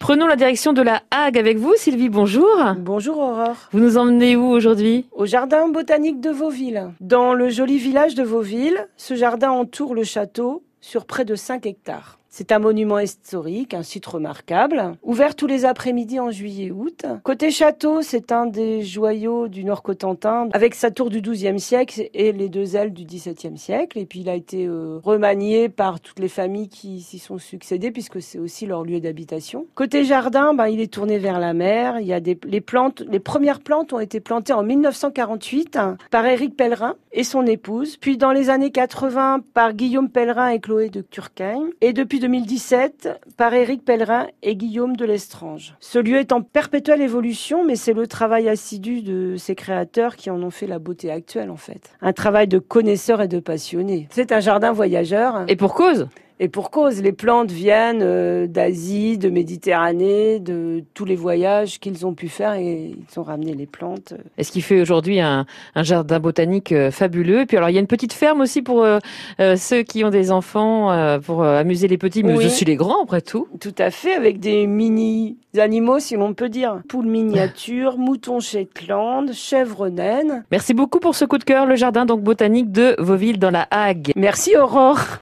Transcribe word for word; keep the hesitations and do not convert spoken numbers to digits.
Prenons la direction de la Hague avec vous, Sylvie, bonjour. Bonjour Aurore. Vous nous emmenez où aujourd'hui? Au jardin botanique de Vauville. Dans le joli village de Vauville, ce jardin entoure le château sur près de cinq hectares. C'est un monument historique, un site remarquable, ouvert tous les après-midi en juillet-août. Côté château, c'est un des joyaux du Nord-Cotentin, avec sa tour du douzième siècle et les deux ailes du dix-septième siècle. Et puis il a été euh, remanié par toutes les familles qui s'y sont succédées, puisque c'est aussi leur lieu d'habitation. Côté jardin, ben, il est tourné vers la mer. Il y a des les plantes, les premières plantes ont été plantées en mille neuf cent quarante-huit hein, par Éric Pellerin et son épouse. Puis dans les années quatre-vingts par Guillaume Pellerin et Chloé de Turckheim. Et depuis deux mille dix-sept par Éric Pellerin et Guillaume de Lestrange. Ce lieu est en perpétuelle évolution, mais c'est le travail assidu de ses créateurs qui en ont fait la beauté actuelle en fait. Un travail de connaisseurs et de passionnés. C'est un jardin voyageur. Et pour cause? Et pour cause, les plantes viennent euh, d'Asie, de Méditerranée, de tous les voyages qu'ils ont pu faire et ils ont ramené les plantes. Est-ce qu'il fait aujourd'hui un, un jardin botanique euh, fabuleux? Et puis alors il y a une petite ferme aussi pour euh, euh, ceux qui ont des enfants, euh, pour euh, amuser les petits, mais oui, aussi les grands après tout. Tout à fait, avec des mini animaux si l'on peut dire. Poules miniatures, moutons Shetland, chèvres naines. Merci beaucoup pour ce coup de cœur, le jardin donc botanique de Vauville dans la Hague. Merci Aurore.